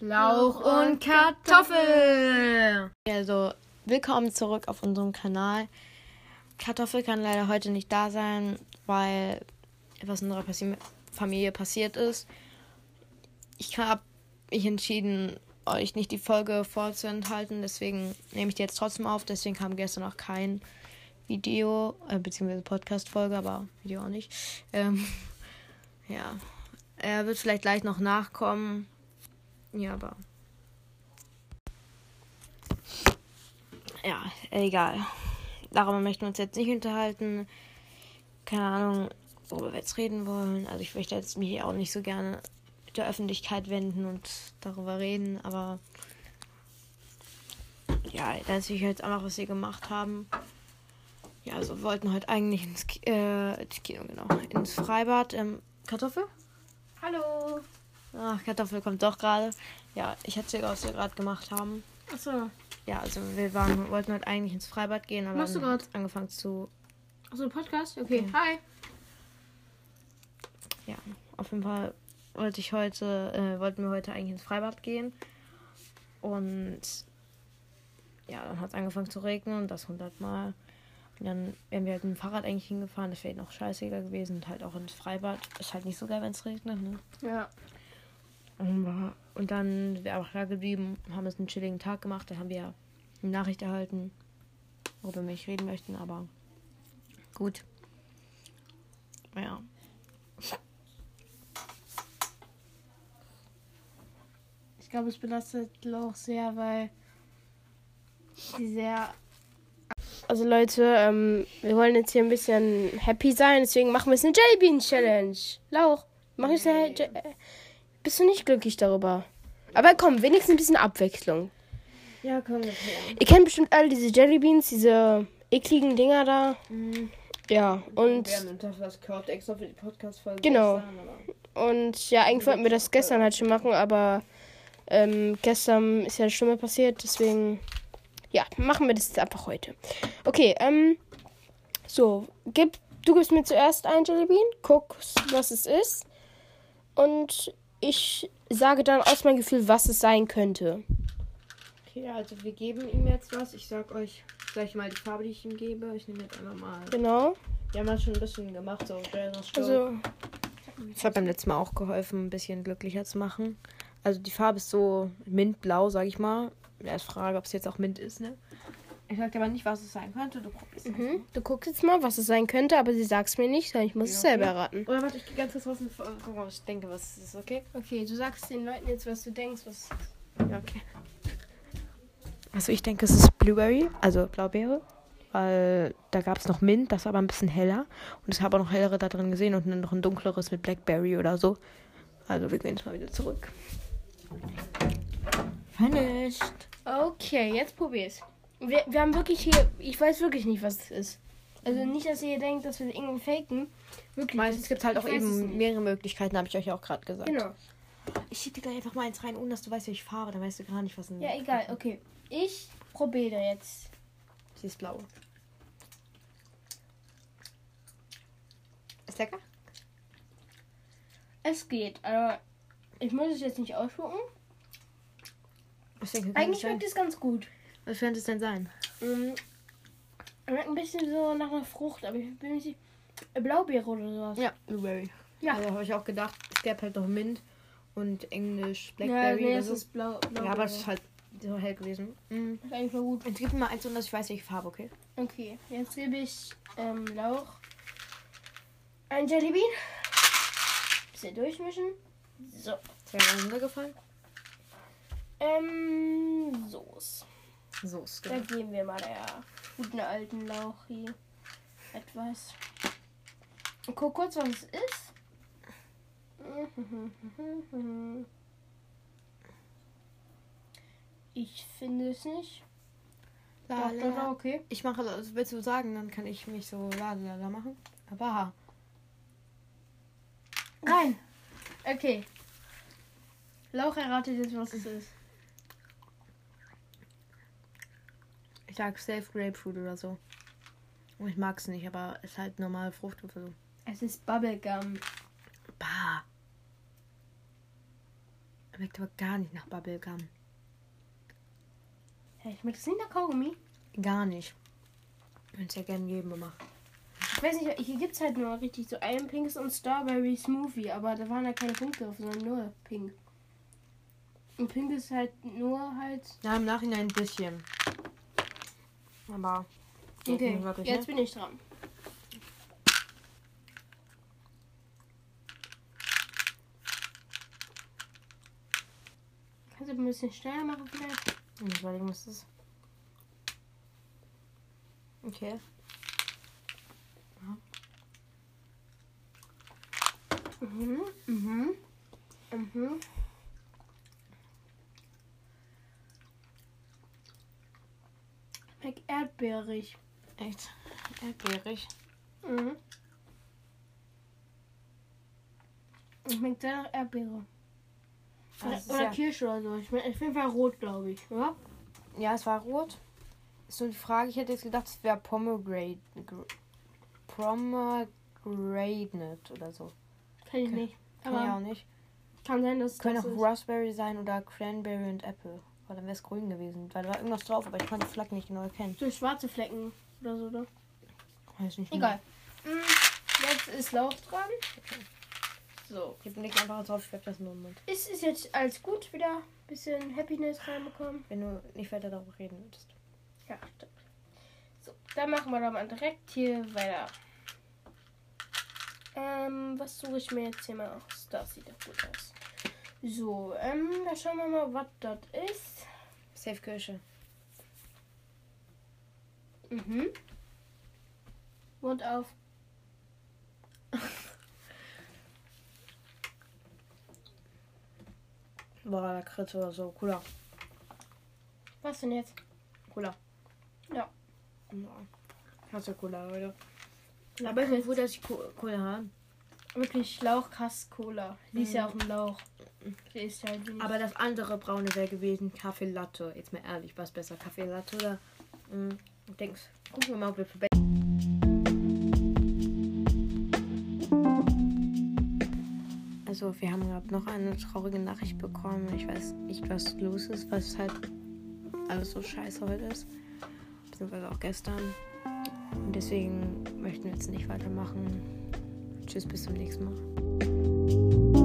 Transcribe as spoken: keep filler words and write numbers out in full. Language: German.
Lauch und Kartoffel. Also, willkommen zurück auf unserem Kanal. Kartoffel kann leider heute nicht da sein, weil etwas in unserer Passi- Familie passiert ist. Ich habe mich entschieden, euch nicht die Folge vorzuenthalten, deswegen nehme ich die jetzt trotzdem auf. Deswegen kam gestern auch kein Video, äh, beziehungsweise Podcast-Folge, aber Video auch nicht. Ähm, ja, er wird vielleicht gleich noch nachkommen. Ja, aber ja, egal. Darüber möchten wir uns jetzt nicht unterhalten. Keine Ahnung, worüber wir jetzt reden wollen. Also ich möchte jetzt mich auch nicht so gerne der Öffentlichkeit wenden und darüber reden, aber ja, da ist sicher jetzt einfach, was wir gemacht haben. Ja, also wir wollten heute eigentlich ins Ki- äh, ins Kino, genau, ins Freibad. Ähm, Kartoffel? Hallo. Ach, Kartoffel kommt doch gerade. Ja, ich erzähle, was wir gerade gemacht haben. Achso. Ja, also wir waren, wollten heute eigentlich ins Freibad gehen, aber Machst du dann grad? hat's angefangen zu... Achso, Podcast? Okay. Okay. Hi. Ja, auf jeden Fall wollte ich heute, äh, wollten wir heute eigentlich ins Freibad gehen. Und ja, dann hat es angefangen zu regnen und das hundertmal. Und dann wären wir halt mit dem Fahrrad eigentlich hingefahren. Das wäre noch scheißiger gewesen. Und halt auch ins Freibad. Ist halt nicht so geil, wenn es regnet, ne? Ja. Und und dann sind wir einfach da geblieben, haben uns einen chilligen Tag gemacht. Dann haben wir eine Nachricht erhalten, worüber wir nicht reden möchten, aber gut. Ja. Ich glaube, es belastet Lauch sehr, weil sie sehr... Also Leute, ähm, wir wollen jetzt hier ein bisschen happy sein, deswegen machen wir jetzt eine Jellybean Challenge. Lauch, mach ich eine... Je- äh, bist du nicht glücklich darüber? Aber komm, wenigstens ein bisschen Abwechslung. Ja, komm, okay. Ihr kennt bestimmt alle diese Jellybeans, diese ekligen Dinger da. Mhm. Ja, und... Wir haben das gekauft extra für die Podcast-Folge. Genau. gestern, aber- Und ja, eigentlich wollten wir das gestern halt schon machen, aber ähm, gestern ist ja das Schlimme passiert, deswegen, ja, machen wir das jetzt einfach heute. Okay, ähm, so, gib, du gibst mir zuerst ein Jellybean, guckst, was es ist und ich sage dann aus meinem Gefühl, was es sein könnte. Okay, also wir geben ihm jetzt was. Ich sag euch gleich mal die Farbe, die ich ihm gebe. Ich nehme jetzt einfach mal... Genau, Wir haben das schon ein bisschen gemacht, so Generous Joke. also, Das hat beim letzten Mal auch geholfen, ein bisschen glücklicher zu machen. Also die Farbe ist so mintblau, sag ich mal. Ja, ist Frage, ob es jetzt auch Mint ist, ne? Ich sag dir aber nicht, was es sein könnte. Du probierst es. mhm. Du guckst jetzt mal, was es sein könnte, aber sie sagt es mir nicht, sondern ich muss Ja, es selber okay. erraten. Oder warte, ich gehe ganz kurz raus und guck mal, was ich denke, was es ist, okay? Okay, du sagst den Leuten jetzt, was du denkst, was... Ja, okay. Also ich denke, es ist Blueberry, also Blaubeere. Weil da gab es noch Mint, das war aber ein bisschen heller. Und ich habe auch noch hellere da drin gesehen und dann noch ein dunkleres mit Blackberry oder so. Also wir gehen jetzt mal wieder zurück. Finished. Okay, jetzt probier's. Wir, wir haben wirklich hier, ich weiß wirklich nicht, was es ist. Also nicht, dass ihr denkt, dass wir irgendwie faken. Wirklich. Meistens gibt es halt ich auch weiß es eben nicht. mehrere Möglichkeiten, habe ich euch auch gerade gesagt. Genau. Ich schicke dir gleich einfach mal eins rein, ohne dass du weißt, wie ich fahre. Dann weißt du gar nicht, was ein... Ja, egal. Okay. Ich probiere jetzt. Sie ist blau. Ist lecker? Es geht. Aber ich muss es jetzt nicht ausspucken. Was denke, Eigentlich schmeckt es ganz gut. Was könnte es denn sein? Mm, Schmeckt ein bisschen so nach einer Frucht, aber ich bin nicht sicher. Blaubeere oder sowas. Ja, Blueberry. Ja. Also habe ich auch gedacht, es gäbe halt noch Mint und Englisch Ja, Blackberry nee, oder es so. ist blau. Blaubeere. Ja, aber es ist halt so hell gewesen. Mhm. ist eigentlich voll gut. Jetzt gib mir mal eins, ohne dass ich weiß, welche Farbe, okay? Okay, jetzt gebe ich ähm, Lauch ein Jellybean. Bisschen durchmischen. So. Ist ja runtergefallen. Ähm, Soße. Soße, Da genau. geben wir mal der guten alten Lauch hier etwas. Und guck kurz, was es ist. Ich finde es nicht. La, Doch, la, doch, la. okay. Ich mache, das willst du sagen, dann kann ich mich so la la la machen. Aber Nein. Okay. Lauch erratet jetzt, was es ist. ich sag safe Grapefruit oder so. Und ich mag es nicht, aber es ist halt normale Frucht oder so. Es ist Bubblegum. Bah. Schmeckt aber gar nicht nach Bubblegum. Hä, schmeckt das nicht nach Kaugummi? Gar nicht. Ich würde es ja gerne geben, Mama. Ich weiß nicht, hier gibt es halt nur richtig so ein pinkes und Strawberry Smoothie, aber da waren ja keine Punkte drauf, sondern nur pink. Und pink ist halt nur halt... Ja, im Nachhinein ein bisschen. Aber... Okay, wirklich, jetzt ne? bin ich dran. Kannst du ein bisschen schneller machen vielleicht? Ich überlegen, was das ist. Okay. Mhm, mhm, mhm. Schmeckt erdbeerig. Echt? Erdbeerig. Mhm. Schmeckt sehr nach Erdbeere. Ah, das ist Oder ja- Kirsche oder so. Ich meine, auf jeden Fall rot, glaube ich. Ja? Ja, es war rot. Ist so die Frage, ich hätte jetzt gedacht, es wäre Pomegranate. Pomegranate oder so. Kenn ich Okay. nicht. Kann ich auch Aber nicht. kann sein, dass Können das auch ist. Raspberry sein oder Cranberry und Apple. Weil dann wäre es grün gewesen. Weil da war irgendwas drauf, aber ich konnte die Flaggen nicht genau erkennen. So schwarze Flecken oder so, oder? Weiß nicht. Egal. Mm, Jetzt ist Lauch dran. So. Ich leg einfach drauf, ich werf das nur im Mund. Ist es jetzt alles gut? Wieder ein bisschen Happiness reinbekommen? Wenn du nicht weiter darüber reden würdest. Ja, stimmt. So, dann machen wir doch mal direkt hier weiter. Ähm, was suche ich mir jetzt hier mal aus? Das sieht doch gut aus. So, ähm, da schauen wir mal, was das ist. Safe Kirsche. Mhm. Mund auf. Boah, Lakritz oder so. Cooler. Was denn jetzt? Cooler. Ja. Ja. Hast du Cola, Leute. Ja, Aber ich bin froh, dass ich Co- Cola habe. wirklich Lauchkass-Cola. Die ist ja auf dem Lauch. Die ist halt wie Aber das andere braune wäre gewesen Kaffee Latte. Jetzt mal ehrlich, was besser? Kaffee Latte oder? Mh, denkst, gucken wir mal, ob wir vorbei. Also wir haben gerade noch eine traurige Nachricht bekommen. Ich weiß nicht, was los ist, was halt alles so scheiße heute ist. Beziehungsweise auch gestern. Und deswegen möchten wir jetzt nicht weitermachen. Tschüss, bis zum nächsten Mal.